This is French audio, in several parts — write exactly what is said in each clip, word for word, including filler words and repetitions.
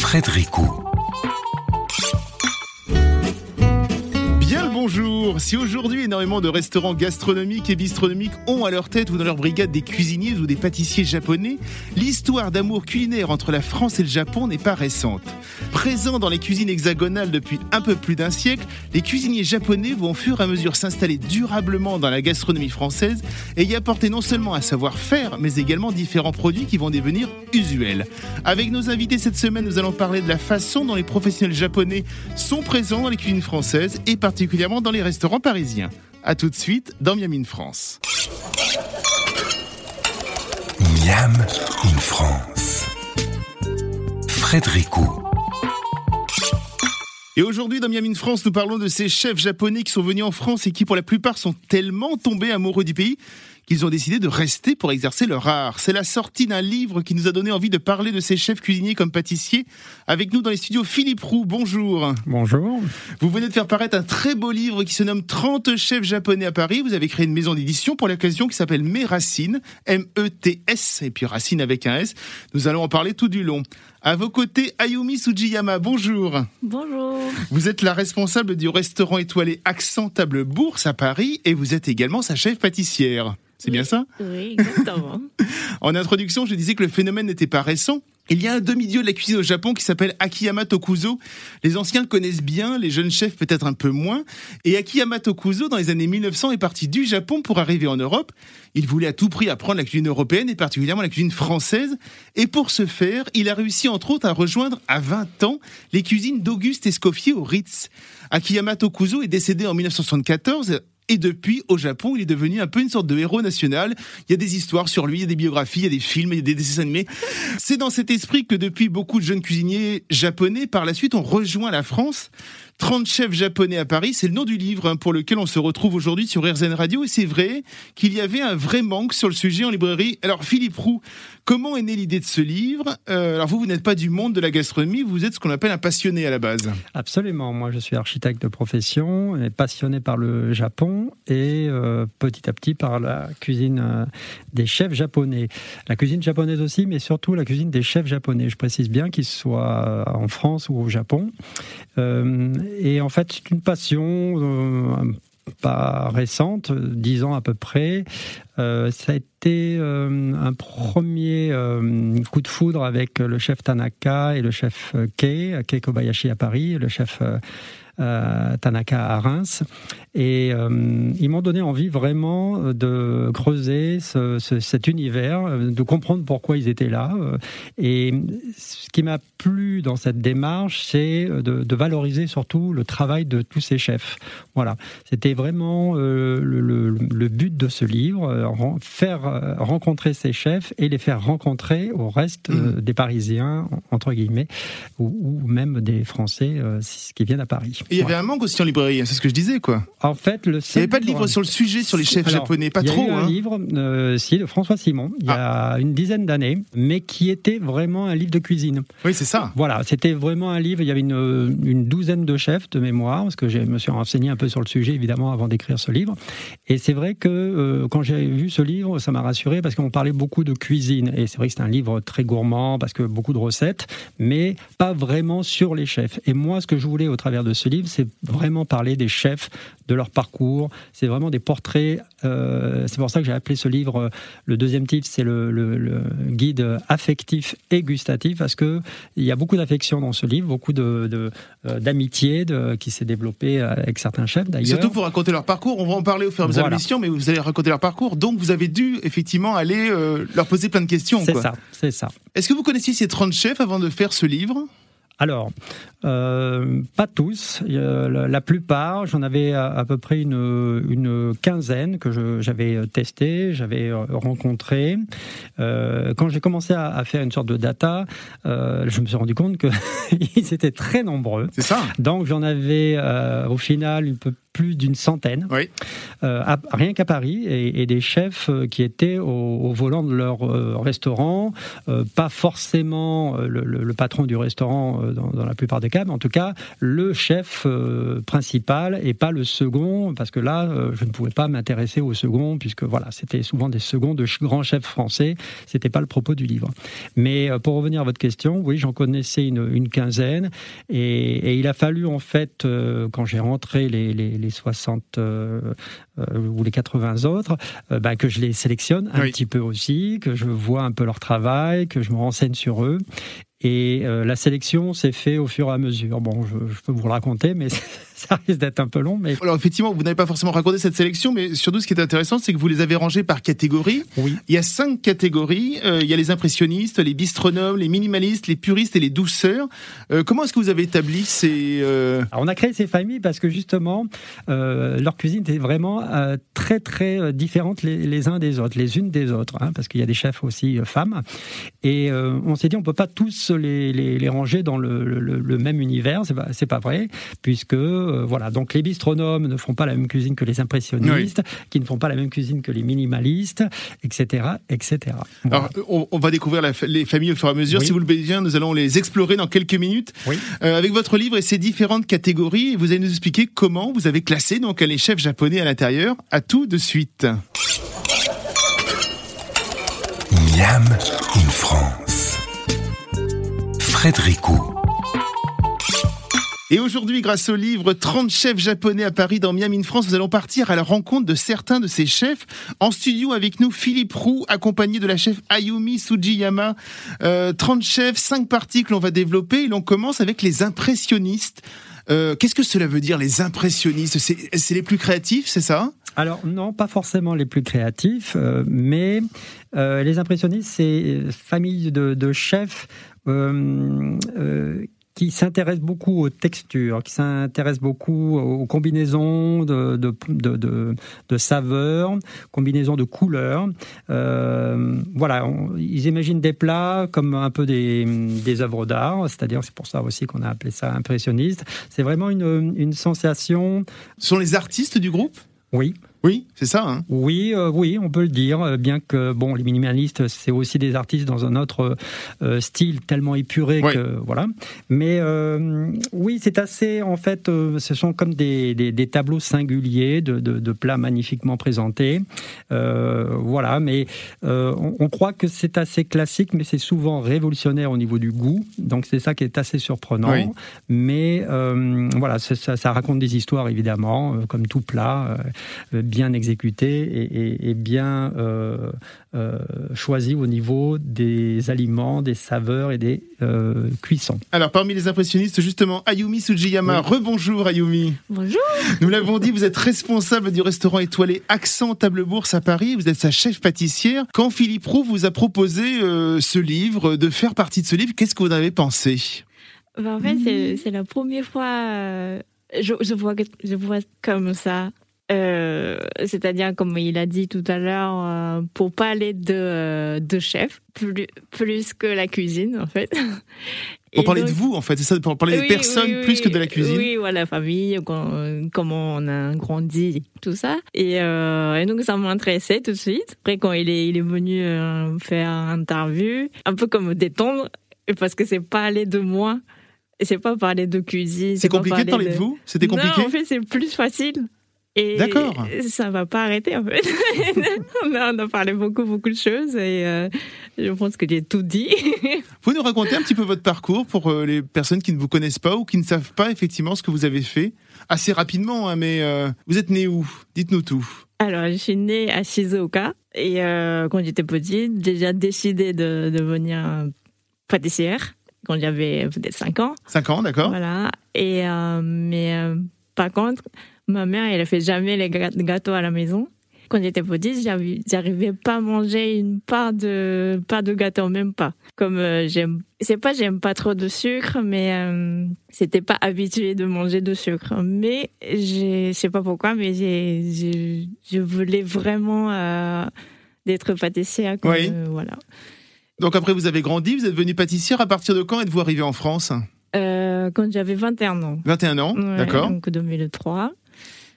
Frédéric Roux. Bonjour, si aujourd'hui énormément de restaurants gastronomiques et bistronomiques ont à leur tête ou dans leur brigade des cuisiniers ou des pâtissiers japonais, l'histoire d'amour culinaire entre la France et le Japon n'est pas récente. Présents dans les cuisines hexagonales depuis un peu plus d'un siècle, les cuisiniers japonais vont au fur et à mesure s'installer durablement dans la gastronomie française et y apporter non seulement un savoir-faire, mais également différents produits qui vont devenir usuels. Avec nos invités cette semaine, nous allons parler de la façon dont les professionnels japonais sont présents dans les cuisines françaises et particulièrement dans les restaurants parisiens. A tout de suite dans Miam in France. Miam in France. Frédéric Roux. Et aujourd'hui dans Miam in France, nous parlons de ces chefs japonais qui sont venus en France et qui pour la plupart sont tellement tombés amoureux du pays qu'ils ont décidé de rester pour exercer leur art. C'est la sortie d'un livre qui nous a donné envie de parler de ces chefs cuisiniers comme pâtissiers. Avec nous dans les studios, Philippe Roux, bonjour. Bonjour. Vous venez de faire paraître un très beau livre qui se nomme trente chefs japonais à Paris. Vous avez créé une maison d'édition pour l'occasion qui s'appelle Mes Racines, M E T S, et puis Racine avec un S. Nous allons en parler tout du long. À vos côtés, Ayumi Tsujiyama, bonjour. Bonjour. Vous êtes la responsable du restaurant étoilé Accent Table Bourse à Paris et vous êtes également sa chef pâtissière. C'est oui, bien ça ? Oui, exactement. En introduction, je disais que le phénomène n'était pas récent. Il y a un demi-dieu de la cuisine au Japon qui s'appelle Akiyama Tokuzo. Les anciens le connaissent bien, les jeunes chefs peut-être un peu moins. Et Akiyama Tokuzo, dans les années mille neuf cents, est parti du Japon pour arriver en Europe. Il voulait à tout prix apprendre la cuisine européenne et particulièrement la cuisine française. Et pour ce faire, il a réussi entre autres à rejoindre à vingt ans les cuisines d'Auguste Escoffier au Ritz. Akiyama Tokuzo est décédé en mille neuf cent soixante-quatorze. Et depuis, au Japon, il est devenu un peu une sorte de héros national. Il y a des histoires sur lui, il y a des biographies, il y a des films, il y a des dessins animés. C'est dans cet esprit que depuis, beaucoup de jeunes cuisiniers japonais, par la suite, ont rejoint la France. trente chefs japonais à Paris, c'est le nom du livre hein, pour lequel on se retrouve aujourd'hui sur R Z N Radio. Et c'est vrai qu'il y avait un vrai manque sur le sujet en librairie. Alors Philippe Roux, comment est née l'idée de ce livre ? euh, Alors vous, vous n'êtes pas du monde de la gastronomie, vous êtes ce qu'on appelle un passionné à la base. Absolument, moi je suis architecte de profession, et passionné par le Japon et euh, petit à petit par la cuisine euh, des chefs japonais. La cuisine japonaise aussi, mais surtout la cuisine des chefs japonais. Je précise bien qu'ils soient en France ou au Japon. Euh, Et en fait, c'est une passion euh, pas récente, dix ans à peu près. Euh, ça a été euh, un premier euh, coup de foudre avec le chef Tanaka et le chef Kei, Kei Kobayashi à Paris, le chef euh, euh, Tanaka à Reims. Et euh, ils m'ont donné envie vraiment de creuser ce, ce, cet univers, de comprendre pourquoi ils étaient là. Et ce qui m'a plu dans cette démarche, c'est de, de valoriser surtout le travail de tous ces chefs. Voilà, c'était vraiment euh, le, le, le but de ce livre, faire rencontrer ces chefs et les faire rencontrer au reste mmh. euh, des Parisiens, entre guillemets, ou, ou même des Français euh, qui viennent à Paris. Et il y avait voilà. un manque aussi en librairie, c'est ce que je disais, quoi. En fait, le il n'y avait pas de livre sur le sujet, sur les chefs Alors, japonais, pas trop. Il y a eu hein. un livre, euh, si, de François Simon, il y a ah. une dizaine d'années, mais qui était vraiment un livre de cuisine. Oui, c'est ça. Voilà, c'était vraiment un livre, il y avait une, une douzaine de chefs de mémoire, parce que je me suis renseigné un peu sur le sujet, évidemment, avant d'écrire ce livre. Et c'est vrai que euh, quand j'ai vu ce livre, ça m'a rassuré, parce qu'on parlait beaucoup de cuisine. Et c'est vrai que c'est un livre très gourmand, parce que beaucoup de recettes, mais pas vraiment sur les chefs. Et moi, ce que je voulais au travers de ce livre, c'est vraiment parler des chefs, de leur parcours. C'est vraiment des portraits. Euh, c'est pour ça que j'ai appelé ce livre, euh, le deuxième titre, c'est le, le, le guide affectif et gustatif, parce qu'il y a beaucoup d'affection dans ce livre, beaucoup de, de, euh, d'amitié de, qui s'est développée avec certains chefs d'ailleurs. Surtout pour raconter leur parcours. On va en parler au fur et à mesure de l'émission, mais vous allez raconter leur parcours. Donc vous avez dû effectivement aller euh, leur poser plein de questions. C'est quoi. ça, c'est ça. Est-ce que vous connaissiez ces trente chefs avant de faire ce livre ? Alors, euh, pas tous. La, la plupart, j'en avais à, à peu près une, une quinzaine que je, j'avais testé, j'avais rencontré. Euh, quand j'ai commencé à, à faire une sorte de data, euh, je me suis rendu compte qu'ils étaient très nombreux. C'est ça. Donc, j'en avais euh, au final une peu plus d'une centaine, Oui. euh, à, rien qu'à Paris, et, et des chefs qui étaient au, au volant de leur euh, restaurant, euh, pas forcément le, le, le patron du restaurant euh, dans, dans la plupart des cas, mais en tout cas le chef euh, principal et pas le second, parce que là, euh, je ne pouvais pas m'intéresser au second, puisque voilà, c'était souvent des seconds de ch- grands chefs français, c'était pas le propos du livre. Mais euh, pour revenir à votre question, oui, j'en connaissais une, une quinzaine, et, et il a fallu en fait, euh, quand j'ai rentré les, les, les soixante euh, euh, ou les quatre-vingts autres, euh, bah, que je les sélectionne un oui. petit peu aussi, que je vois un peu leur travail, que je me renseigne sur eux. Et euh, la sélection s'est faite au fur et à mesure. Bon, je, je peux vous le raconter, mais ça risque d'être un peu long. Mais... Alors effectivement, vous n'avez pas forcément raconté cette sélection, mais surtout ce qui est intéressant, c'est que vous les avez rangés par catégorie. Oui. Il y a cinq catégories. Euh, il y a les impressionnistes, les bistronomes, les minimalistes, les puristes et les douceurs. Euh, comment est-ce que vous avez établi ces... Euh... Alors, on a créé ces familles parce que justement, euh, leur cuisine était vraiment euh, très très différente les, les uns des autres, les unes des autres, hein, parce qu'il y a des chefs aussi euh, femmes. Et euh, on s'est dit, on peut pas tous les, les, les ranger dans le, le, le même univers, c'est pas, c'est pas vrai, puisque euh, voilà, donc les bistronomes ne font pas la même cuisine que les impressionnistes, oui. qui ne font pas la même cuisine que les minimalistes, et cetera, et cetera. Voilà. Alors, on, on va découvrir la, les familles au fur et à mesure. Oui. Si vous le voulez bien, nous allons les explorer dans quelques minutes. Oui. Euh, avec votre livre et ses différentes catégories, vous allez nous expliquer comment vous avez classé donc les chefs japonais à l'intérieur. À tout de suite. Miam in France. Frédérico. Et aujourd'hui, grâce au livre trente chefs japonais à Paris dans Miam in France, nous allons partir à la rencontre de certains de ces chefs. En studio avec nous, Philippe Roux, accompagné de la chef Ayumi Sugiyama. Euh, trente chefs, cinq parties que l'on va développer. Et l'on commence avec les impressionnistes. Euh, qu'est-ce que cela veut dire, les impressionnistes ? c'est, c'est les plus créatifs, c'est ça ? Alors non, pas forcément les plus créatifs, euh, mais euh, les impressionnistes, c'est une famille de, de chefs euh, euh, qui s'intéressent beaucoup aux textures, qui s'intéressent beaucoup aux combinaisons de, de, de, de, de saveurs, combinaisons de couleurs. Euh, voilà, on, ils imaginent des plats comme un peu des, des œuvres d'art, c'est-à-dire c'est pour ça aussi qu'on a appelé ça impressionniste. C'est vraiment une, une sensation... Ce sont les artistes du groupe ? Oui. Oui, c'est ça. Hein. Oui, euh, oui, on peut le dire. Bien que bon, les minimalistes, c'est aussi des artistes dans un autre euh, style tellement épuré ouais. que voilà. Mais euh, oui, c'est assez. En fait, euh, ce sont comme des, des, des tableaux singuliers de, de, de plats magnifiquement présentés. Euh, voilà, mais euh, on, on croit que c'est assez classique, mais c'est souvent révolutionnaire au niveau du goût. Donc c'est ça qui est assez surprenant. Oui. Mais euh, voilà, ça, ça raconte des histoires évidemment, euh, comme tout plat. Euh, bien exécuté et, et, et bien euh, euh, choisi au niveau des aliments, des saveurs et des euh, cuissons. Alors, parmi les impressionnistes, justement, Ayumi Sugiyama. Oui. Rebonjour, Ayumi. Bonjour. Nous l'avons dit, vous êtes responsable du restaurant étoilé Accent Table Bourse à Paris. Vous êtes sa chef pâtissière. Quand Philippe Roux vous a proposé euh, ce livre, de faire partie de ce livre, qu'est-ce que vous en avez pensé ? Ben, en fait, c'est, c'est la première fois euh, je, je, vois, je vois comme ça. Euh, c'est-à-dire, comme il a dit tout à l'heure, euh, pour parler de, euh, de chef, plus, plus que la cuisine, en fait. Pour Et parler donc, de vous, en fait, c'est ça, pour parler oui, des personnes oui, plus oui, que de la cuisine. Oui, voilà, la famille, quand, comment on a grandi, tout ça. Et, euh, et donc, ça m'intéressait tout de suite. Après, quand il est, il est venu euh, faire une interview, un peu comme détendre, parce que c'est parler de moi, et c'est pas parler de cuisine. C'est, c'est compliqué de parler de... de vous ? C'était compliqué ? Non, en fait, c'est plus facile. Et D'accord. Ça va pas arrêter en fait. on, a, on a parlé beaucoup beaucoup de choses et euh, je pense que j'ai tout dit. Vous pouvez nous raconter un petit peu votre parcours pour euh, les personnes qui ne vous connaissent pas ou qui ne savent pas effectivement ce que vous avez fait assez rapidement, hein, mais euh, vous êtes né où ? Dites-nous tout. Alors je suis née à Shizuoka et euh, quand j'étais petite, j'ai déjà décidé de devenir pâtissière quand j'avais peut-être cinq ans. cinq ans, d'accord. Voilà. Et euh, mais euh, par contre, ma mère, elle ne fait jamais les gâteaux à la maison. Quand j'étais petite, j'arrivais pas à manger une part de, part de gâteau, même pas. Comme euh, j'aime, c'est pas j'aime pas trop de sucre, mais euh, c'était pas habitué de manger de sucre. Mais je sais pas pourquoi, mais j'ai, j'ai, je voulais vraiment euh, d'être pâtissière. Comme, oui. Euh, voilà. Donc après, vous avez grandi, vous êtes devenue pâtissière. À partir de quand êtes-vous arrivée en France ? euh, Quand j'avais vingt et un ans. vingt et un ans, ouais, d'accord. Donc deux mille trois.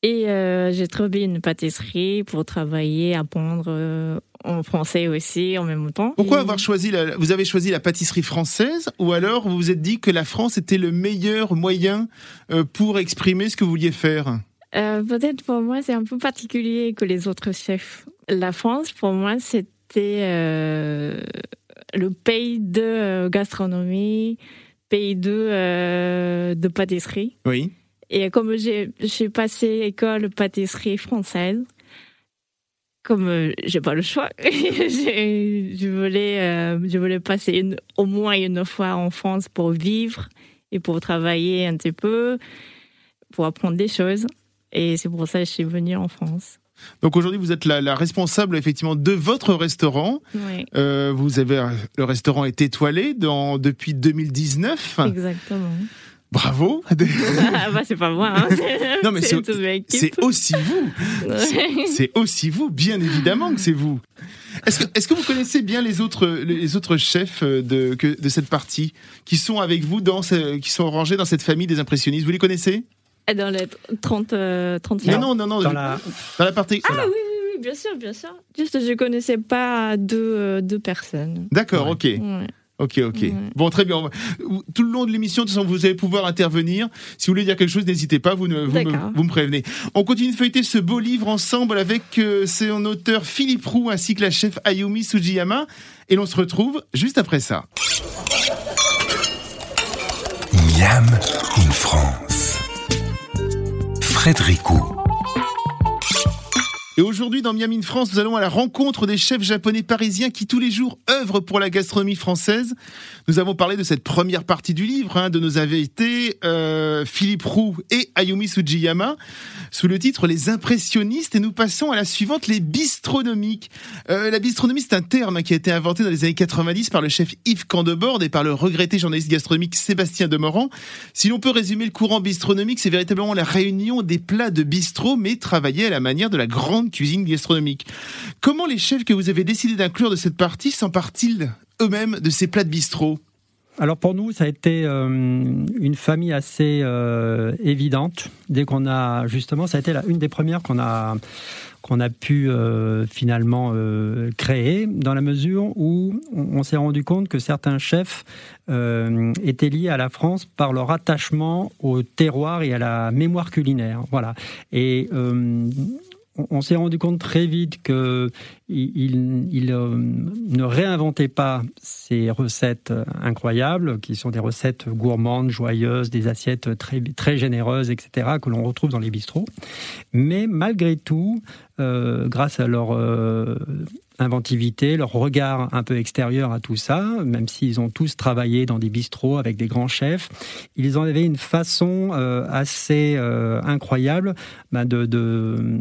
Et euh, j'ai trouvé une pâtisserie pour travailler, apprendre euh, en français aussi en même temps. Pourquoi et... avoir choisi la, vous avez choisi la pâtisserie française, ou alors vous vous êtes dit que la France était le meilleur moyen euh, pour exprimer ce que vous vouliez faire? euh, Peut-être pour moi, c'est un peu particulier que les autres chefs. La France, pour moi, c'était euh, le pays de gastronomie, pays de, euh, de pâtisserie. Oui. Et comme j'ai, j'ai passé école pâtisserie française, comme euh, j'ai pas le choix, j'ai, je voulais, euh, je voulais passer une, au moins une fois en France pour vivre et pour travailler un petit peu, pour apprendre des choses. Et c'est pour ça que je suis venue en France. Donc aujourd'hui, vous êtes la, la responsable effectivement de votre restaurant. Oui. Euh, vous avez le restaurant est étoilé dans, depuis deux mille dix-neuf. Exactement. Bravo. Ah bah c'est pas moi. Hein. C'est, non mais c'est, c'est, c'est aussi vous. C'est, c'est aussi vous, bien évidemment que c'est vous. Est-ce que, est-ce que vous connaissez bien les autres, les autres chefs de, que, de cette partie qui sont avec vous dans, ce, qui sont rangés dans cette famille des impressionnistes? Vous les connaissez? Dans les trente, euh, trente Non, non, non, non. Dans, je, la... dans la partie. Ah oui, oui, oui, bien sûr, bien sûr. Juste, je connaissais pas deux, deux personnes. D'accord, ouais. ok. Ouais. Ok, ok. Ouais. Bon, très bien. Tout le long de l'émission, de toute façon, vous allez pouvoir intervenir. Si vous voulez dire quelque chose, n'hésitez pas, vous, ne, vous, me, vous me prévenez. On continue de feuilleter ce beau livre ensemble avec euh, son auteur Philippe Roux ainsi que la chef Ayumi Sugiyama. Et l'on se retrouve juste après ça. Miam in France. Frédéric Roux. Et aujourd'hui, dans Miam in France, nous allons à la rencontre des chefs japonais parisiens qui, tous les jours, œuvrent pour la gastronomie française. Nous avons parlé de cette première partie du livre, hein, de nos invités, euh, Philippe Roux et Ayumi Sugiyama, sous le titre « Les impressionnistes ». Et nous passons à la suivante, les bistronomiques. Euh, la bistronomie, c'est un terme qui a été inventé dans les années quatre-vingt-dix par le chef Yves Candebord et par le regretté journaliste gastronomique Sébastien Demorand. Si l'on peut résumer le courant bistronomique, c'est véritablement la réunion des plats de bistrot, mais travaillés à la manière de la grande cuisine gastronomique. Comment les chefs que vous avez décidé d'inclure de cette partie s'emparent-ils eux-mêmes de ces plats de bistrot? Alors pour nous, ça a été euh, une famille assez euh, évidente. Dès qu'on a, justement, ça a été la, une des premières qu'on a, qu'on a pu euh, finalement euh, créer, dans la mesure où on, on s'est rendu compte que certains chefs euh, étaient liés à la France par leur attachement au terroir et à la mémoire culinaire. Voilà. Et euh, on s'est rendu compte très vite qu'il il, il, euh, ne réinventait pas ces recettes incroyables, qui sont des recettes gourmandes, joyeuses, des assiettes très, très généreuses, et cetera, que l'on retrouve dans les bistrots. Mais malgré tout, euh, grâce à leur euh, inventivité, leur regard un peu extérieur à tout ça, même s'ils ont tous travaillé dans des bistrots avec des grands chefs, ils en avaient une façon euh, assez euh, incroyable bah, de... de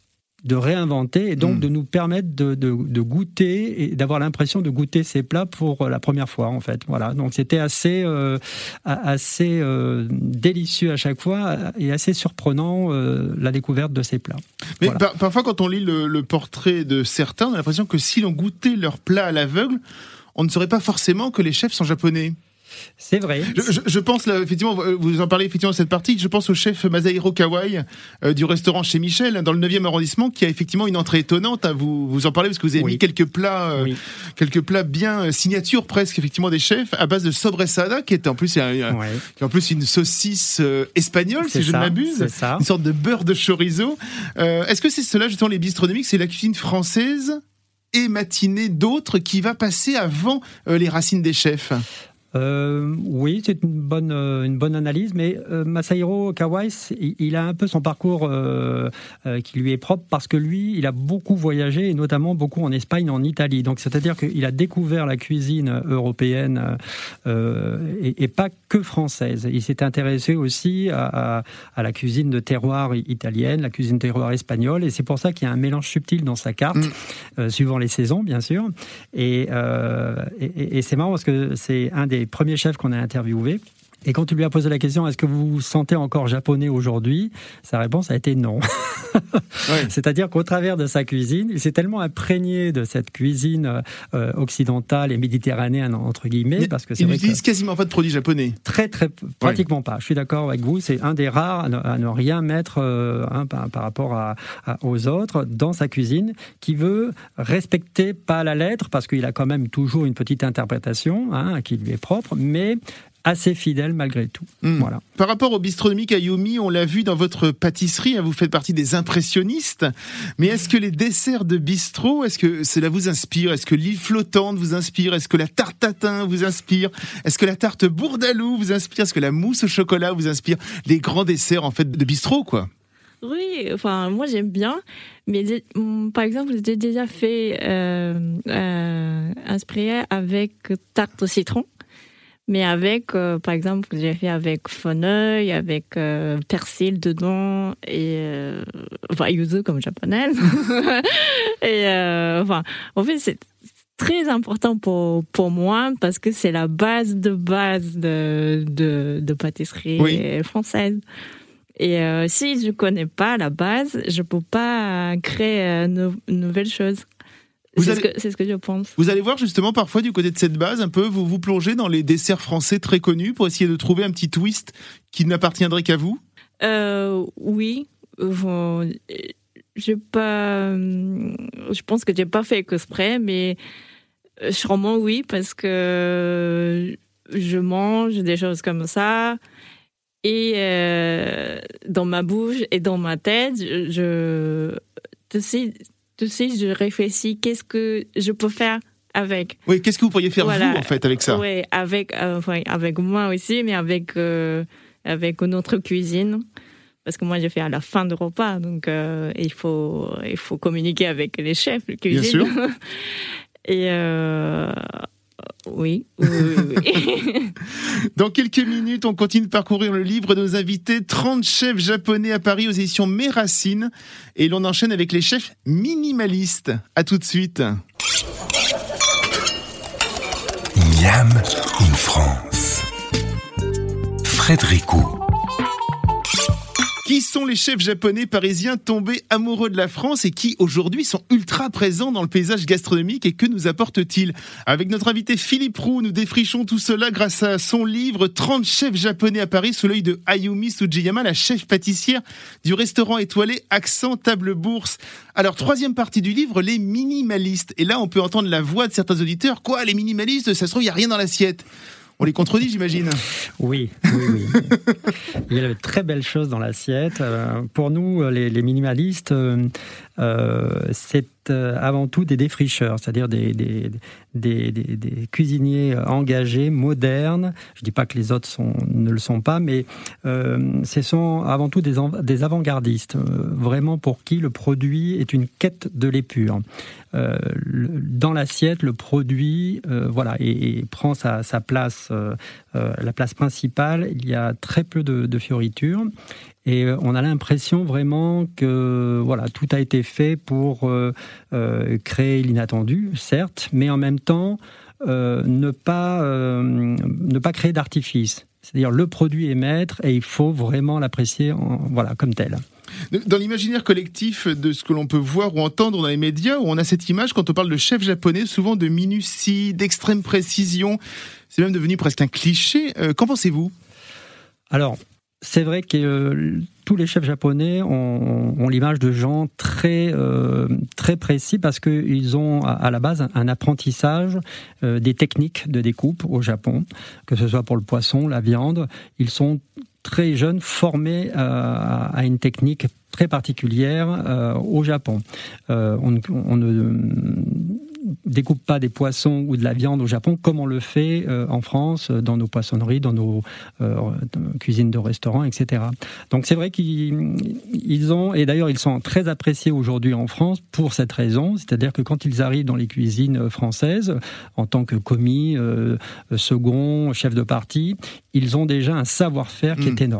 de réinventer et donc mmh. de nous permettre de, de, de goûter et d'avoir l'impression de goûter ces plats pour la première fois en fait. Voilà, donc c'était assez euh, assez euh, délicieux à chaque fois et assez surprenant euh, la découverte de ces plats. Mais voilà. par, parfois quand on lit le, le portrait de certains, on a l'impression que si l'on goûtait leurs plats à l'aveugle, on ne saurait pas forcément que les chefs sont japonais. C'est vrai. Je, je, je pense, là, effectivement, vous en parlez effectivement de cette partie, je pense au chef Masahiro Kawai euh, du restaurant Chez Michel, dans le neuvième arrondissement, qui a effectivement une entrée étonnante. Hein, vous, vous en parlez parce que vous avez oui. mis quelques plats, euh, oui. quelques plats bien euh, signature presque, effectivement, des chefs, à base de sobressada, qui est en plus, un, un, ouais. qui est en plus une saucisse euh, espagnole, c'est si je ne m'abuse. C'est ça. Une sorte de beurre de chorizo. Euh, est-ce que c'est cela, justement, les bistronomiques, c'est la cuisine française et matinée d'autres qui va passer avant euh, les racines des chefs? Euh, oui, c'est une bonne, euh, une bonne analyse, mais euh, Masahiro Kawai, il a un peu son parcours euh, euh, qui lui est propre parce que lui, il a beaucoup voyagé, et notamment beaucoup en Espagne, en Italie. Donc, c'est-à-dire qu'il a découvert la cuisine européenne euh, et, et pas que française. Il s'est intéressé aussi à, à, à la cuisine de terroir italienne, la cuisine de terroir espagnole, et c'est pour ça qu'il y a un mélange subtil dans sa carte, mmh. euh, suivant les saisons, bien sûr. Et, euh, et, et c'est marrant parce que c'est un des premiers chefs qu'on a interviewé. Et quand tu lui as posé la question, est-ce que vous vous sentez encore japonais aujourd'hui ? Sa réponse a été non. Ouais. C'est-à-dire qu'au travers de sa cuisine, il s'est tellement imprégné de cette cuisine euh, occidentale et méditerranéenne, entre guillemets, Mais parce que c'est il vrai n'utilise que quasiment pas de produits japonais. Très, très, pratiquement ouais. pas. Je suis d'accord avec vous, c'est un des rares à ne, à ne rien mettre euh, hein, par, par rapport à, à, aux autres dans sa cuisine, qui veut respecter pas la lettre, parce qu'il a quand même toujours une petite interprétation hein, qui lui est propre, mais assez fidèle malgré tout. Mmh. Voilà. Par rapport au bistronomique Ayumi, on l'a vu dans votre pâtisserie, hein, vous faites partie des impressionnistes, mais est-ce que les desserts de bistrot, est-ce que cela vous inspire ? Est-ce que l'île flottante vous inspire ? Est-ce que la tarte tatin vous inspire ? Est-ce que la tarte bourdaloue vous inspire ? Est-ce que la mousse au chocolat vous inspire ? Les grands desserts en fait de bistrot, quoi. Oui, enfin moi j'aime bien, mais par exemple j'ai déjà fait euh, euh, inspiré avec tarte au citron. Mais avec, euh, par exemple, j'ai fait avec fenouil, avec euh, persil dedans, et euh, enfin, yuzu comme japonaise. et euh, enfin, en fait, c'est très important pour, pour moi parce que c'est la base de base de, de, de pâtisserie oui. française. Et euh, si je connais pas la base, je peux pas créer euh, no, une nouvelle chose. C'est, allez, ce que, c'est ce que je pense. Vous allez voir justement parfois du côté de cette base, un peu, vous vous plongez dans les desserts français très connus pour essayer de trouver un petit twist qui n'appartiendrait qu'à vous ? euh, Oui. Bon, j'ai pas, je pense que j'ai pas fait exprès, mais sûrement oui, parce que je mange des choses comme ça. Et euh, dans ma bouche et dans ma tête, je... Tu sais, Tu sais, je réfléchis, qu'est-ce que je peux faire avec ? Oui, qu'est-ce que vous pourriez faire voilà. vous, en fait, avec ça ? Oui, avec, euh, enfin, avec moi aussi, mais avec, euh, avec notre cuisine. Parce que moi, je fais à la fin du repas, donc euh, il, faut, il faut communiquer avec les chefs de cuisine. Bien sûr. Et euh, oui, oui, oui, oui. Dans quelques minutes, on continue de parcourir le livre de nos invités, trente chefs japonais à Paris aux éditions Mes Racines. Et l'on enchaîne avec les chefs minimalistes. À tout de suite. Miam in France. Frédéric Houx. Qui sont les chefs japonais parisiens tombés amoureux de la France et qui aujourd'hui sont ultra présents dans le paysage gastronomique et que nous apportent-ils ? Avec notre invité Philippe Roux, nous défrichons tout cela grâce à son livre trente chefs japonais à Paris sous l'œil de Ayumi Tsujiyama, la chef pâtissière du restaurant étoilé Accent Table Bourse. Alors, troisième partie du livre, les minimalistes. Et là, on peut entendre la voix de certains auditeurs. Quoi, les minimalistes ? Ça se trouve, il n'y a rien dans l'assiette. On les contredit, j'imagine. Oui, oui, oui. Il y a de très belles choses dans l'assiette. Euh, pour nous, les, les minimalistes, euh, euh, c'est euh, avant tout des défricheurs, c'est-à-dire des, des, des, des, des cuisiniers engagés, modernes. Je ne dis pas que les autres sont, ne le sont pas, mais euh, ce sont avant tout des, des avant-gardistes, euh, vraiment pour qui le produit est une quête de l'épure. Euh, le, dans l'assiette, le produit euh, voilà, et, et prend sa, sa place, euh, euh, la place principale. Il y a très peu de, de fioritures. Et on a l'impression vraiment que voilà, tout a été fait pour euh, euh, créer l'inattendu, certes, mais en même temps euh, ne pas, euh, ne pas créer d'artifice. C'est-à-dire le produit est maître et il faut vraiment l'apprécier en, voilà, comme tel. Dans l'imaginaire collectif de ce que l'on peut voir ou entendre dans les médias, où on a cette image, quand on parle de chef japonais, souvent de minutie, d'extrême précision, c'est même devenu presque un cliché. Euh, qu'en pensez-vous ? Alors, c'est vrai que euh, tous les chefs japonais ont, ont l'image de gens très, euh, très précis parce qu'ils ont à, à la base un, un apprentissage euh, des techniques de découpe au Japon, que ce soit pour le poisson, la viande. Ils sont très jeunes, formés à, à une technique très particulière euh, au Japon. Euh, on, on ne découpe pas des poissons ou de la viande au Japon comme on le fait euh, en France, dans nos poissonneries, dans nos euh, cuisines de restaurants, et cetera. Donc c'est vrai qu'ils ils ont, et d'ailleurs ils sont très appréciés aujourd'hui en France pour cette raison, c'est-à-dire que quand ils arrivent dans les cuisines françaises, en tant que commis, euh, second, chef de partie, ils ont déjà un savoir-faire qui mmh. est énorme.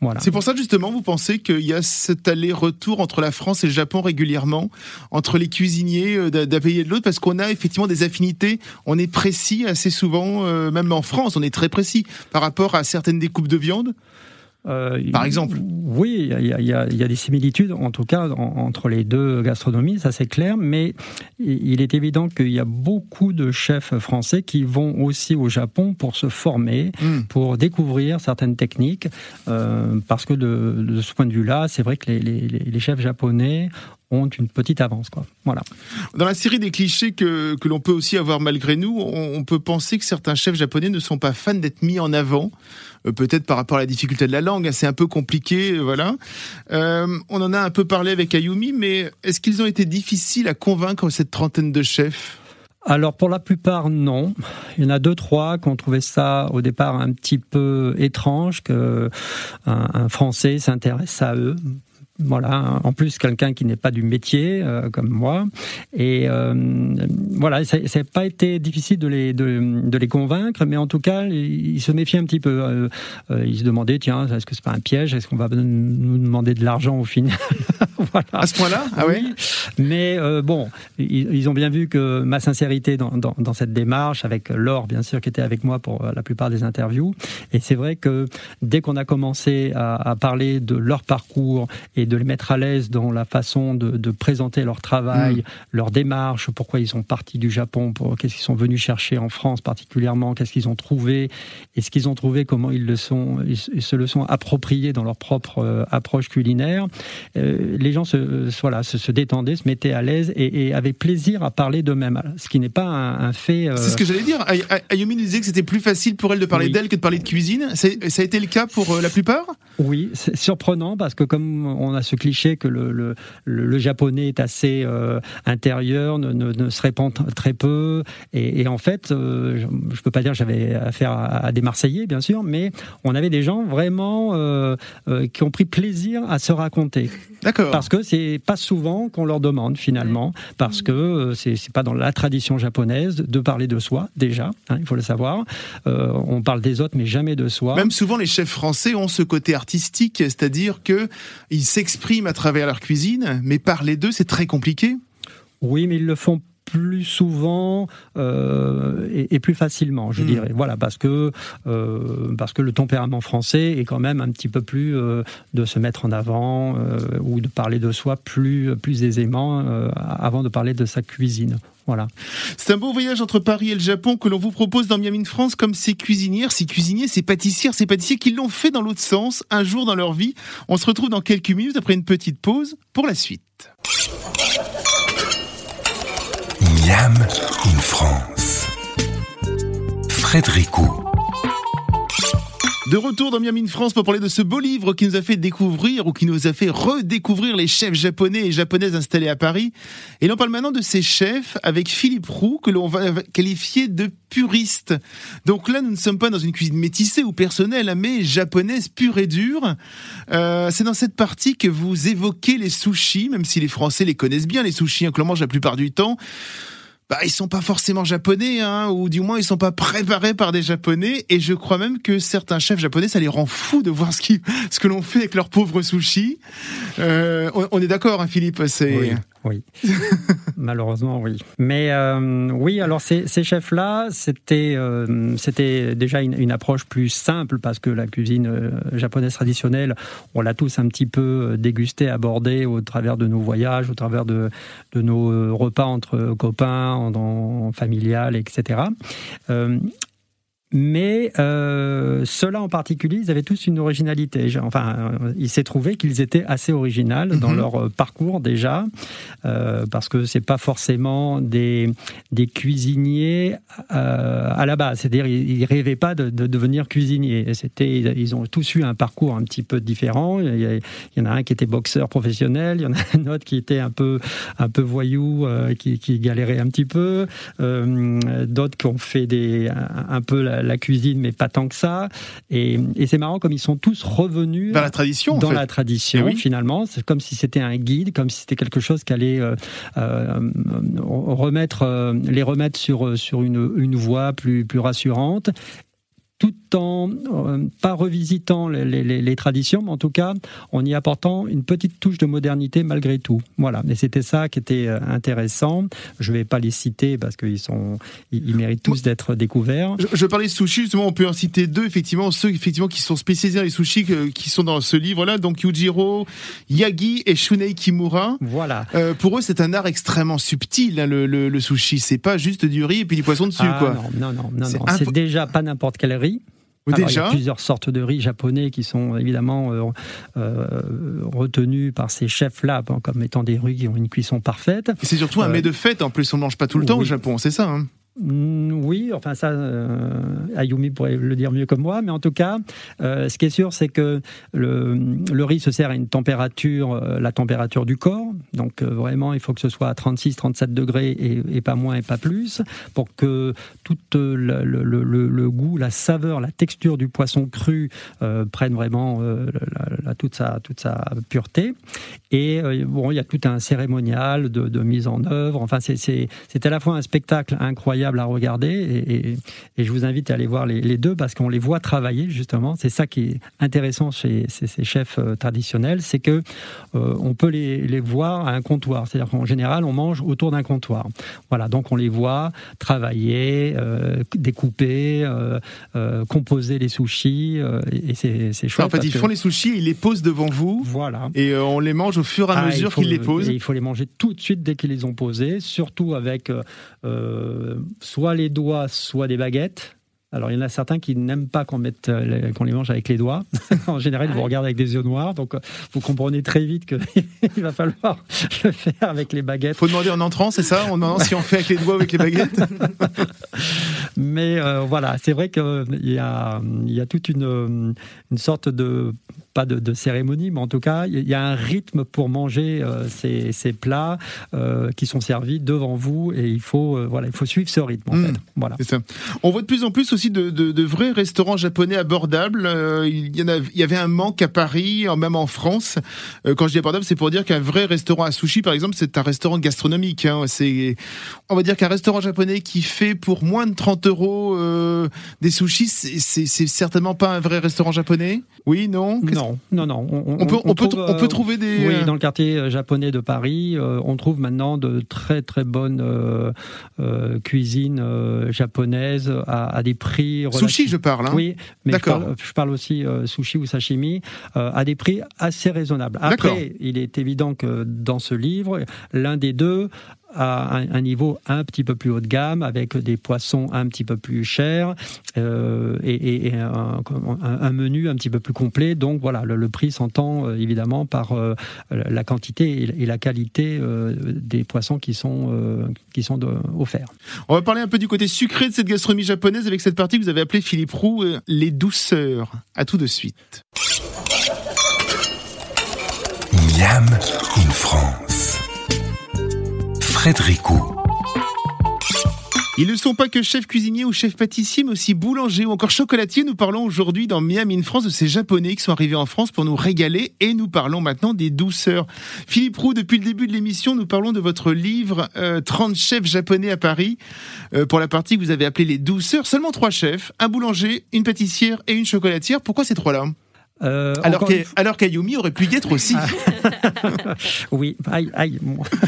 Voilà. C'est pour ça justement, vous pensez qu'il y a cet aller-retour entre la France et le Japon régulièrement, entre les cuisiniers d'un pays et de l'autre, parce qu'on a effectivement des affinités, on est précis assez souvent, euh, même en France, on est très précis par rapport à certaines découpes de viande. Euh, Par exemple. Oui, il y, y, y a des similitudes, en tout cas, en, entre les deux gastronomies, ça c'est clair, mais il est évident qu'il y a beaucoup de chefs français qui vont aussi au Japon pour se former, mmh. pour découvrir certaines techniques, euh, parce que de, de ce point de vue-là, c'est vrai que les, les, les chefs japonais ont une petite avance, quoi. Voilà. Dans la série des clichés que, que l'on peut aussi avoir malgré nous, on, on peut penser que certains chefs japonais ne sont pas fans d'être mis en avant, euh, peut-être par rapport à la difficulté de la langue, hein, c'est un peu compliqué, voilà. Euh, on en a un peu parlé avec Ayumi, mais est-ce qu'ils ont été difficiles à convaincre cette trentaine de chefs ? Alors pour la plupart non, il y en a deux trois qui ont trouvé ça au départ un petit peu étrange que un, un Français s'intéresse à eux. Voilà, en plus quelqu'un qui n'est pas du métier euh, comme moi, et euh, voilà, ça n'a pas été difficile de les de, de les convaincre, mais en tout cas ils se méfiaient un petit peu. Euh, euh, ils se demandaient, tiens, est-ce que c'est pas un piège ? Est-ce qu'on va nous demander de l'argent au final ? Voilà. À ce point-là ? Ah oui. Mais euh, bon, ils, ils ont bien vu que ma sincérité dans, dans, dans cette démarche, avec Laure bien sûr qui était avec moi pour la plupart des interviews, et c'est vrai que dès qu'on a commencé à, à parler de leur parcours et de les mettre à l'aise dans la façon de, de présenter leur travail, mmh. leur démarche, pourquoi ils sont partis du Japon, pour, qu'est-ce qu'ils sont venus chercher en France particulièrement, qu'est-ce qu'ils ont trouvé, et ce qu'ils ont trouvé, comment ils, le sont, ils, ils se le sont appropriés dans leur propre euh, approche culinaire. Euh, les gens se, voilà, se, se détendaient, se mettaient à l'aise et, et avaient plaisir à parler d'eux-mêmes, ce qui n'est pas un, un fait... Euh... C'est ce que j'allais dire. Ay- Ayumi nous disait que c'était plus facile pour elle de parler oui. d'elle que de parler de cuisine. C'est, ça a été le cas pour euh, la plupart ? Oui, c'est surprenant parce que comme on a ce cliché que le, le, le, le japonais est assez euh, intérieur, ne, ne, ne se répand très peu, et, et en fait, euh, je ne peux pas dire que j'avais affaire à, à des Marseillais, bien sûr, mais on avait des gens vraiment euh, euh, qui ont pris plaisir à se raconter. D'accord. Parce que c'est pas souvent qu'on leur demande finalement, parce que euh, c'est, c'est pas dans la tradition japonaise de parler de soi déjà, hein, il faut le savoir. Euh, on parle des autres, mais jamais de soi. Même souvent, les chefs français ont ce côté artistique, c'est-à-dire que ils s'expriment à travers leur cuisine, mais parler d'eux, c'est très compliqué. Oui, mais ils le font plus souvent euh, et, et plus facilement, je mmh. dirais. Voilà, parce que euh, parce que le tempérament français est quand même un petit peu plus euh, de se mettre en avant euh, ou de parler de soi plus plus aisément euh, avant de parler de sa cuisine. Voilà. C'est un beau voyage entre Paris et le Japon que l'on vous propose dans Miam in France, comme ces cuisinières, ces cuisiniers, ces pâtissières, ces pâtissiers qui l'ont fait dans l'autre sens un jour dans leur vie. On se retrouve dans quelques minutes après une petite pause pour la suite. Miam in France. Frédéric Houx. De retour dans Miam in France pour parler de ce beau livre qui nous a fait découvrir ou qui nous a fait redécouvrir les chefs japonais et japonaises installés à Paris. Et l'on parle maintenant de ces chefs avec Philippe Roux que l'on va qualifier de puristes. Donc là, nous ne sommes pas dans une cuisine métissée ou personnelle, mais japonaise pure et dure. Euh, c'est dans cette partie que vous évoquez les sushis, même si les Français les connaissent bien, les sushis, hein, que l'on mange la plupart du temps. Bah, ils sont pas forcément japonais, hein, ou du moins ils sont pas préparés par des japonais, et je crois même que certains chefs japonais, ça les rend fous de voir ce, qui, ce que l'on fait avec leurs pauvres sushis. Euh, on, on est d'accord, hein, Philippe, c'est... Oui. Oui, malheureusement oui. Mais euh, oui, alors ces, ces chefs-là, c'était, euh, c'était déjà une, une approche plus simple parce que la cuisine euh, japonaise traditionnelle, on l'a tous un petit peu dégustée, abordée au travers de nos voyages, au travers de, de nos repas entre copains, en, en familial, et cetera. Euh, Mais euh, ceux-là en particulier, ils avaient tous une originalité. Enfin, il s'est trouvé qu'ils étaient assez originaux mmh. dans leur parcours déjà, euh, parce que c'est pas forcément des des cuisiniers euh, à la base. C'est-à-dire, ils, ils rêvaient pas de, de devenir cuisiniers. C'était, ils ont tous eu un parcours un petit peu différent. Il y, a, il y en a un qui était boxeur professionnel, il y en a un autre qui était un peu un peu voyou, euh, qui, qui galérait un petit peu. Euh, d'autres qui ont fait des un, un peu la, la cuisine, mais pas tant que ça. Et, et c'est marrant comme ils sont tous revenus dans la tradition. Dans en fait. la tradition, oui. Finalement, c'est comme si c'était un guide, comme si c'était quelque chose qui allait euh, euh, remettre, euh, les remettre sur sur une une voie plus plus rassurante. Tout en euh, pas revisitant les, les, les traditions, mais en tout cas en y apportant une petite touche de modernité malgré tout. Voilà, et c'était ça qui était intéressant. Je ne vais pas les citer parce qu'ils sont, ils, ils méritent tous d'être découverts. Je, je parlais de sushi, justement, on peut en citer deux, effectivement, ceux effectivement qui sont spécialisés dans les sushis que, qui sont dans ce livre-là, donc Yujiro Yagi et Shunei Kimura. Voilà. Euh, pour eux, c'est un art extrêmement subtil, hein, le, le, le sushi. C'est pas juste du riz et puis du poisson dessus, ah, quoi. Non, non, non, non, c'est, non. impo- c'est déjà pas n'importe quel riz. Alors, Déjà. il y a plusieurs sortes de riz japonais qui sont évidemment euh, euh, retenus par ces chefs-là comme étant des riz qui ont une cuisson parfaite. Et c'est surtout un euh, mets de fête, en plus on ne mange pas tout le oui. temps au Japon, c'est ça, hein? Oui, enfin ça, euh, Ayumi pourrait le dire mieux que moi, mais en tout cas, euh, ce qui est sûr, c'est que le, le riz se sert à une température, euh, la température du corps, donc euh, vraiment il faut que ce soit à trente-six à trente-sept degrés et, et pas moins et pas plus, pour que tout le, le, le, le goût, la saveur, la texture du poisson cru euh, prenne vraiment euh, la, la, toute, sa, toute sa pureté. Et euh, bon, il y a tout un cérémonial de, de mise en œuvre, enfin c'est, c'est, c'est à la fois un spectacle incroyable à regarder et, et, et je vous invite à aller voir les, les deux parce qu'on les voit travailler justement. C'est ça qui est intéressant chez ces, ces chefs euh, traditionnels, c'est que euh, on peut les, les voir à un comptoir. C'est-à-dire qu'en général, on mange autour d'un comptoir. Voilà, donc on les voit travailler, euh, découper, euh, euh, composer les sushis euh, et, et c'est, c'est chouette. En fait, ils que... font les sushis, ils les posent devant vous. Voilà. Et euh, on les mange au fur et à ah, mesure faut, qu'ils les posent. Et il faut les manger tout de suite dès qu'ils les ont posés, surtout avec euh, soit les doigts, soit des baguettes. Alors, il y en a certains qui n'aiment pas qu'on, mette, qu'on les mange avec les doigts. En général, ils vous regardent avec des yeux noirs. Donc, vous comprenez très vite qu'il va falloir le faire avec les baguettes. Il faut demander en entrant, c'est ça? On demande si on fait avec les doigts ou avec les baguettes. Mais euh, voilà, c'est vrai qu'il y a, il y a toute une, une sorte de... pas de, de cérémonie, mais en tout cas, il y a un rythme pour manger euh, ces, ces plats euh, qui sont servis devant vous et il faut, euh, voilà, il faut suivre ce rythme, en mmh, fait. Voilà. C'est ça. On voit de plus en plus aussi de, de, de vrais restaurants japonais abordables. Euh, il, y en a, il y avait un manque à Paris, même en France. Euh, quand je dis abordable, c'est pour dire qu'un vrai restaurant à sushi, par exemple, c'est un restaurant gastronomique. Hein. C'est, on va dire qu'un restaurant japonais qui fait pour moins de trente euros euh, des sushis, c'est, c'est, c'est certainement pas un vrai restaurant japonais. Oui, non? Qu'est-ce Non, non, non. On, on, peut, on, on, trouve, peut, on peut trouver des... Oui, dans le quartier japonais de Paris, euh, on trouve maintenant de très très bonnes euh, euh, cuisines euh, japonaises à, à des prix... Relatifs. Sushi, je parle. Hein. Oui, mais D'accord. Je, parle, je parle aussi euh, sushi ou sashimi, euh, à des prix assez raisonnables. Après, D'accord. Il est évident que dans ce livre, l'un des deux à un, un niveau un petit peu plus haut de gamme, avec des poissons un petit peu plus chers euh, et, et, et un, un, un menu un petit peu plus complet. Donc voilà, le, le prix s'entend euh, évidemment par euh, la quantité et, et la qualité euh, des poissons qui sont, euh, qui sont de, offerts. On va parler un peu du côté sucré de cette gastronomie japonaise avec cette partie que vous avez appelée, Philippe Roux, euh, les douceurs. À tout de suite. Miam in France. Frédéric Roux. Ils ne sont pas que chefs cuisiniers ou chefs pâtissiers, mais aussi boulangers ou encore chocolatiers. Nous parlons aujourd'hui dans Miam in France de ces Japonais qui sont arrivés en France pour nous régaler et nous parlons maintenant des douceurs. Philippe Roux, depuis le début de l'émission, nous parlons de votre livre euh, trente chefs japonais à Paris. Euh, pour la partie que vous avez appelée les douceurs, seulement trois chefs, un boulanger, une pâtissière et une chocolatière. Pourquoi ces trois-là ? Euh, alors, qu'à, alors qu'Ayumi aurait pu y être aussi. Oui, aïe, aïe.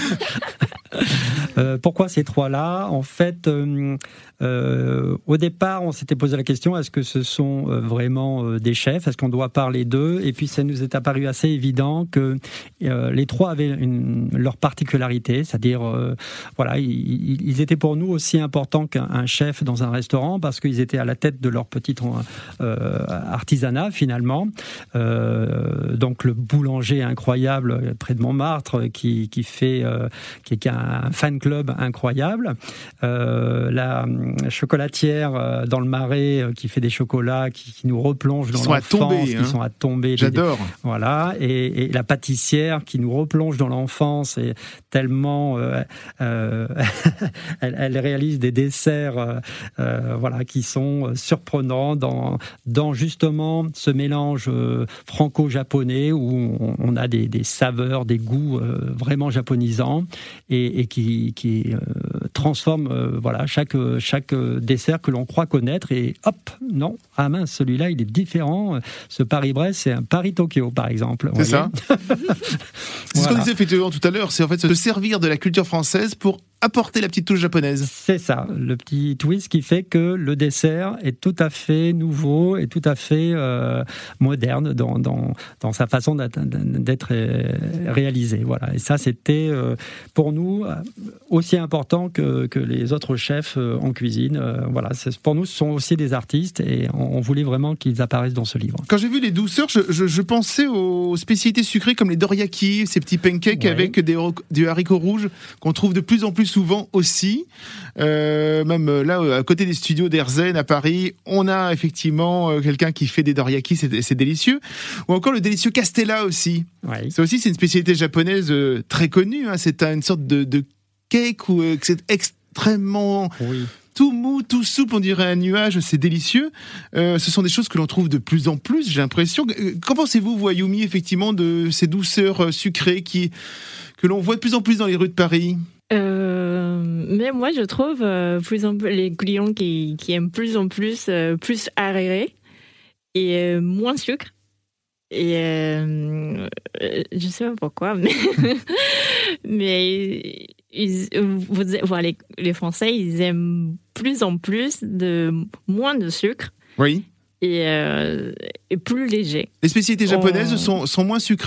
euh, pourquoi ces trois-là ? En fait, euh, euh, au départ, on s'était posé la question, est-ce que ce sont euh, vraiment euh, des chefs ? Est-ce qu'on doit parler d'eux ? Et puis, ça nous est apparu assez évident que euh, les trois avaient une, leur particularité, c'est-à-dire, euh, voilà, ils, ils étaient pour nous aussi importants qu'un chef dans un restaurant parce qu'ils étaient à la tête de leur petit euh, artisanat, finalement. Euh, donc le boulanger incroyable près de Montmartre qui, qui fait euh, qui, qui a un fan club incroyable, euh, la chocolatière euh, dans le Marais euh, qui fait des chocolats qui, qui nous replonge dans l'enfance, tomber, qui hein. sont à tomber. J'adore. Des, voilà, et, et la pâtissière qui nous replonge dans l'enfance et tellement euh, euh, elle, elle réalise des desserts euh, euh, voilà qui sont surprenants dans dans justement ce mélange franco-japonais où on a des, des saveurs, des goûts euh, vraiment japonisants et, et qui, qui euh, transforme euh, voilà, chaque, chaque dessert que l'on croit connaître et hop, non, ah mince, celui-là il est différent. Ce Paris-Brest, c'est un Paris-Tokyo par exemple. C'est ça. C'est Voilà. ce qu'on disait effectivement tout à l'heure, c'est en fait se servir de la culture française pour apporter la petite touche japonaise. C'est ça, le petit twist qui fait que le dessert est tout à fait nouveau et tout à fait euh, moderne dans, dans, dans sa façon d'être, d'être réalisé. Voilà. Et ça, c'était euh, pour nous aussi important que, que les autres chefs en cuisine. Euh, voilà. C'est, pour nous, ce sont aussi des artistes et on, on voulait vraiment qu'ils apparaissent dans ce livre. Quand j'ai vu les douceurs, je, je, je pensais aux spécialités sucrées comme les dorayaki, ces petits pancakes ouais. avec des, des haricots rouges qu'on trouve de plus en plus souvent aussi. Euh, même là, à côté des studios d'Erzen à Paris, on a effectivement quelqu'un qui fait des dorayaki, c'est, c'est délicieux. Ou encore le délicieux Castella aussi. Ouais. Ça aussi, c'est une spécialité japonaise euh, très connue. Hein. C'est une sorte de, de cake où euh, c'est extrêmement... Oui. Tout mou, tout souple, on dirait un nuage, c'est délicieux. Euh, ce sont des choses que l'on trouve de plus en plus, j'ai l'impression. Qu'en pensez-vous, vous, Ayumi, effectivement, de ces douceurs sucrées qui, que l'on voit de plus en plus dans les rues de Paris ? Euh, mais moi, je trouve euh, plus en plus, les clients qui, qui aiment plus en plus, euh, plus aéré et euh, moins sucre. Et euh, je sais pas pourquoi, mais, mais ils, vous, voilà, les, les Français, ils aiment plus en plus de moins de sucre. Oui. Et, euh, et plus léger. Les spécialités japonaises on... sont, sont moins sucrées ?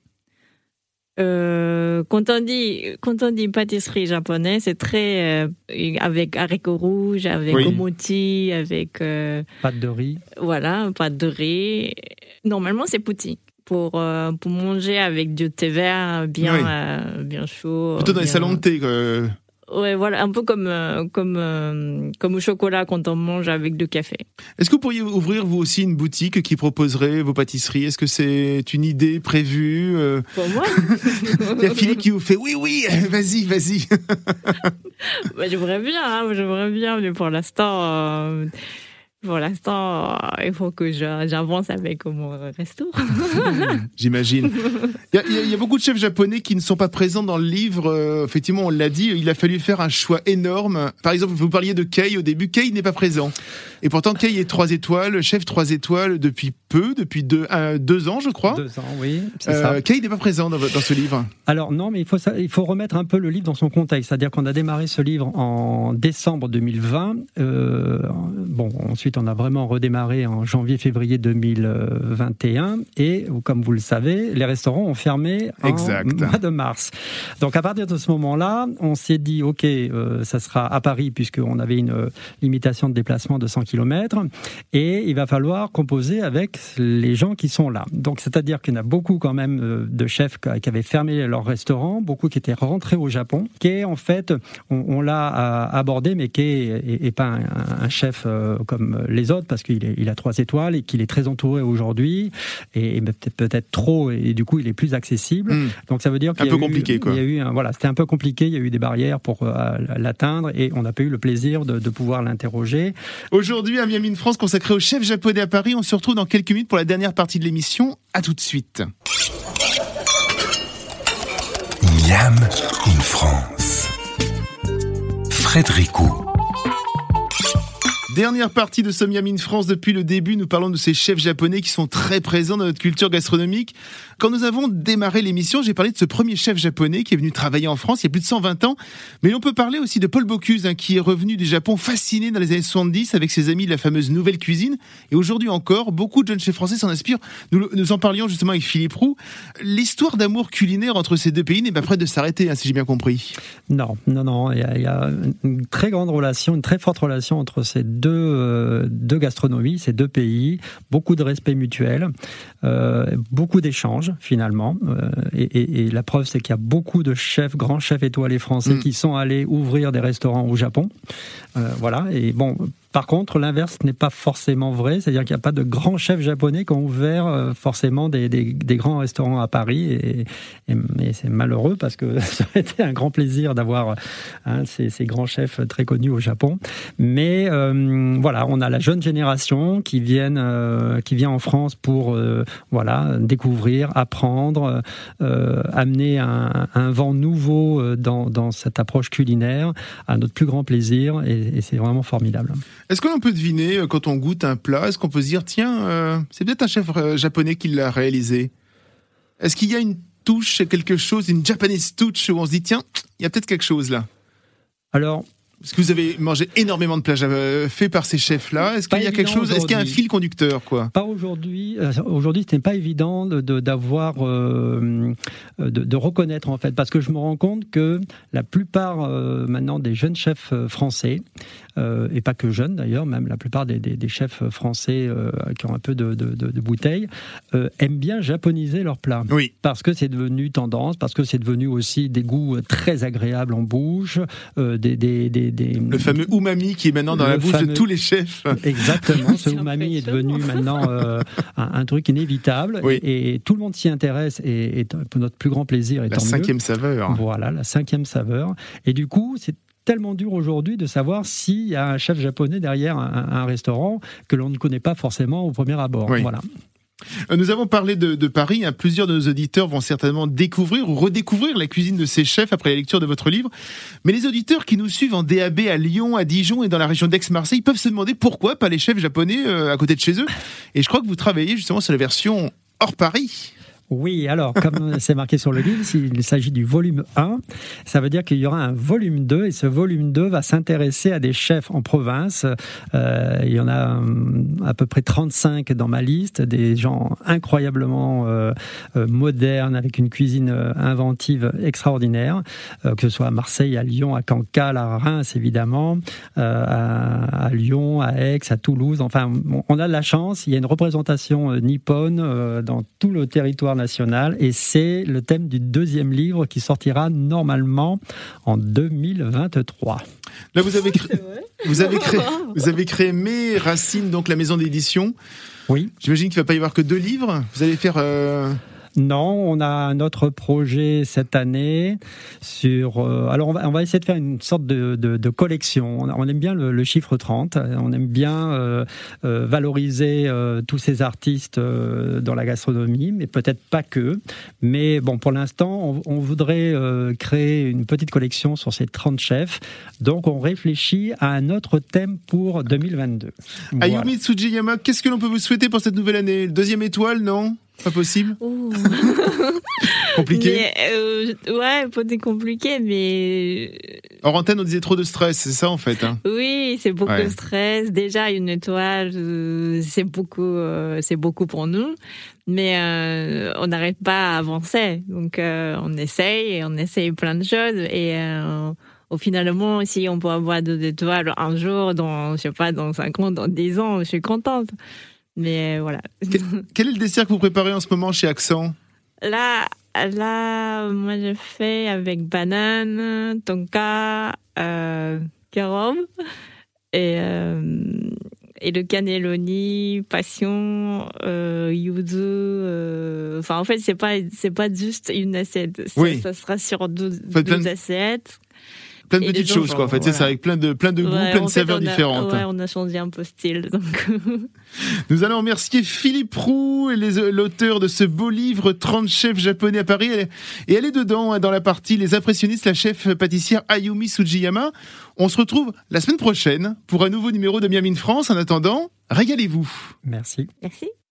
Euh, quand on dit quand on dit pâtisserie japonaise, c'est très euh, avec haricots rouges, avec oui. omoti, avec euh, pâte de riz. Voilà, pâte de riz. Normalement, c'est petit pour euh, pour manger avec du thé vert bien oui. euh, bien chaud. Plutôt dans bien... les salons de thé. Quoi. Ouais, voilà, un peu comme euh, comme euh, comme au chocolat quand on mange avec du café. Est-ce que vous pourriez ouvrir vous aussi une boutique qui proposerait vos pâtisseries ? Est-ce que c'est une idée prévue ? Pour moi. Il y a Philippe qui vous fait oui oui, vas-y vas-y. Bah, j'aimerais bien, hein, j'aimerais bien, mais pour l'instant. Euh... Pour l'instant, il faut que j'avance avec mon resto. J'imagine. Il y, a, il y a beaucoup de chefs japonais qui ne sont pas présents dans le livre. Euh, effectivement, on l'a dit, il a fallu faire un choix énorme. Par exemple, vous parliez de Kei au début. Kei n'est pas présent. Et pourtant, Kei est trois étoiles, chef trois étoiles depuis peu, depuis deux, euh, deux ans, je crois. Deux ans, oui. C'est euh, ça. Kei n'est pas présent dans, dans ce livre. Alors non, mais il faut, il faut remettre un peu le livre dans son contexte. C'est-à-dire qu'on a démarré ce livre en décembre deux mille vingt. Euh, bon, ensuite, on a vraiment redémarré en janvier-février deux mille vingt et un et comme vous le savez, les restaurants ont fermé en exact. mois de mars. Donc à partir de ce moment-là, on s'est dit ok, euh, ça sera à Paris puisqu'on avait une euh, limitation de déplacement de cent kilomètres et il va falloir composer avec les gens qui sont là. Donc c'est-à-dire qu'il y en a beaucoup quand même euh, de chefs qui avaient fermé leur restaurant, beaucoup qui étaient rentrés au Japon, qui est en fait, on, on l'a abordé mais qui est, est, est pas un, un chef euh, comme les autres parce qu'il est, il a trois étoiles et qu'il est très entouré aujourd'hui et, et peut-être, peut-être trop et du coup il est plus accessible. Mmh. Donc ça veut dire qu'il un y a peu eu, compliqué quoi. Il y a eu un, voilà, c'était un peu compliqué. Il y a eu des barrières pour euh, l'atteindre et on n'a pas eu le plaisir de, de pouvoir l'interroger. Aujourd'hui, à Miam in France consacré au chef japonais à Paris, on se retrouve dans quelques minutes pour la dernière partie de l'émission. À tout de suite. Miam in France. Frédéricou. Dernière partie de ce Miam in France. Depuis le début, nous parlons de ces chefs japonais qui sont très présents dans notre culture gastronomique. Quand nous avons démarré l'émission, j'ai parlé de ce premier chef japonais qui est venu travailler en France il y a plus de cent vingt ans. Mais on peut parler aussi de Paul Bocuse, hein, qui est revenu du Japon fasciné dans les années soixante-dix avec ses amis de la fameuse Nouvelle Cuisine. Et aujourd'hui encore, beaucoup de jeunes chefs français s'en inspirent. Nous, nous en parlions justement avec Philippe Roux. L'histoire d'amour culinaire entre ces deux pays n'est pas prête de s'arrêter, hein, si j'ai bien compris. Non, non, non. Il y a, il y a une très grande relation, une très forte relation entre ces deux, euh, deux gastronomies, ces deux pays. Beaucoup de respect mutuel, euh, beaucoup d'échanges finalement. Euh, et, et, et la preuve, c'est qu'il y a beaucoup de chefs, grands chefs étoilés français mmh. qui sont allés ouvrir des restaurants au Japon. Euh, voilà. Et bon, Par contre, l'inverse n'est pas forcément vrai, c'est-à-dire qu'il n'y a pas de grands chefs japonais qui ont ouvert euh, forcément des, des, des grands restaurants à Paris, et, et, et c'est malheureux parce que ça aurait été un grand plaisir d'avoir hein, ces, ces grands chefs très connus au Japon. Mais euh, voilà, on a la jeune génération qui viennent, euh, qui vient en France pour euh, voilà découvrir, apprendre, euh, amener un, un vent nouveau dans, dans cette approche culinaire à notre plus grand plaisir, et, et c'est vraiment formidable. Est-ce que l'on peut deviner quand on goûte un plat, est-ce qu'on peut se dire tiens, euh, c'est peut-être un chef japonais qui l'a réalisé? Est-ce qu'il y a une touche, quelque chose, une Japanese touch où on se dit tiens, il y a peut-être quelque chose là? Alors, est-ce que vous avez mangé énormément de plats euh, faits par ces chefs-là? Est-ce qu'il y a quelque chose? Est-ce qu'il y a un fil conducteur, quoi? Pas aujourd'hui. Euh, aujourd'hui, ce n'est pas évident de, de, d'avoir, euh, de, de reconnaître en fait, parce que je me rends compte que la plupart euh, maintenant des jeunes chefs français, euh, et pas que jeunes d'ailleurs, même la plupart des, des, des chefs français euh, qui ont un peu de, de, de, de bouteille, euh, aiment bien japoniser leurs plats. Oui. Parce que c'est devenu tendance, parce que c'est devenu aussi des goûts très agréables en bouche, euh, des, des, des Des, le fameux umami qui est maintenant dans la bouche fameux... de tous les chefs. Exactement, ce umami est devenu maintenant euh, un, un truc inévitable, oui. et, et tout le monde s'y intéresse, et, et pour notre plus grand plaisir. Et la tant cinquième mieux. saveur. Voilà, la cinquième saveur. Et du coup, c'est tellement dur aujourd'hui de savoir s'il y a un chef japonais derrière un, un restaurant que l'on ne connaît pas forcément au premier abord. Oui. Voilà. Nous avons parlé de, de Paris. Hein. Plusieurs de nos auditeurs vont certainement découvrir ou redécouvrir la cuisine de ces chefs après la lecture de votre livre. Mais les auditeurs qui nous suivent en D A B à Lyon, à Dijon et dans la région d'Aix-Marseille peuvent se demander pourquoi pas les chefs japonais euh, à côté de chez eux. Et je crois que vous travaillez justement sur la version hors Paris. Oui, alors, comme c'est marqué sur le livre, il s'agit du volume un. Ça veut dire qu'il y aura un volume deux, et ce volume deux va s'intéresser à des chefs en province. Euh, il y en a à peu près trente-cinq dans ma liste, des gens incroyablement euh, modernes, avec une cuisine inventive extraordinaire, euh, que ce soit à Marseille, à Lyon, à Cancale, à Reims, évidemment, euh, à, à Lyon, à Aix, à Toulouse. Enfin, on a de la chance, il y a une représentation nippone euh, dans tout le territoire national, et c'est le thème du deuxième livre qui sortira normalement en deux mille vingt-trois. Là, vous avez créé, vous avez créé, vous avez créé Mes Racines, donc la maison d'édition. Oui. J'imagine qu'il ne va pas y avoir que deux livres. Vous allez faire... Euh... Non, on a un autre projet cette année sur... Euh, alors, on va, on va essayer de faire une sorte de, de, de collection. On, on aime bien le, le chiffre trente. On aime bien euh, euh, valoriser euh, tous ces artistes euh, dans la gastronomie, mais peut-être pas que. Mais bon, pour l'instant, on, on voudrait euh, créer une petite collection sur ces trente chefs. Donc, on réfléchit à un autre thème pour deux mille vingt-deux. Voilà. Ayumi Tsujiyama, qu'est-ce que l'on peut vous souhaiter pour cette nouvelle année? Deuxième étoile, non? Pas possible. Compliqué. Mais, euh, ouais, peut-être compliqué, mais... Hors antenne, on disait trop de stress, c'est ça en fait. Hein. Oui, c'est beaucoup ouais. de stress. Déjà, une étoile, euh, c'est beaucoup, euh, c'est beaucoup pour nous. Mais euh, on n'arrête pas à avancer. Donc, euh, on essaye et on essaye plein de choses. Et euh, au finalement, si on peut avoir deux étoiles un jour, dans, je sais pas, dans cinq ans, dans dix ans, je suis contente. Mais voilà. Quel, quel est le dessert que vous préparez en ce moment chez Accent? Là, là, moi je fais avec banane, tonka, euh, carob et, euh, et le cannelloni, passion, euh, yuzu. Euh, enfin, en fait, c'est pas, c'est pas juste une assiette. Oui. Ça, ça sera sur douze, douze assiettes. Plein de et petites choses, quoi, en fait. Voilà. C'est ça, avec plein de, plein de goûts, ouais, plein de saveurs a, différentes. Ouais, on a changé un peu style, donc. Nous allons remercier Philippe Roux, les, l'auteur de ce beau livre trente chefs japonais à Paris. Et elle est dedans, dans la partie Les Impressionnistes, la chef pâtissière Ayumi Tsujiyama. On se retrouve la semaine prochaine pour un nouveau numéro de Miam in France. En attendant, régalez-vous. Merci. Merci.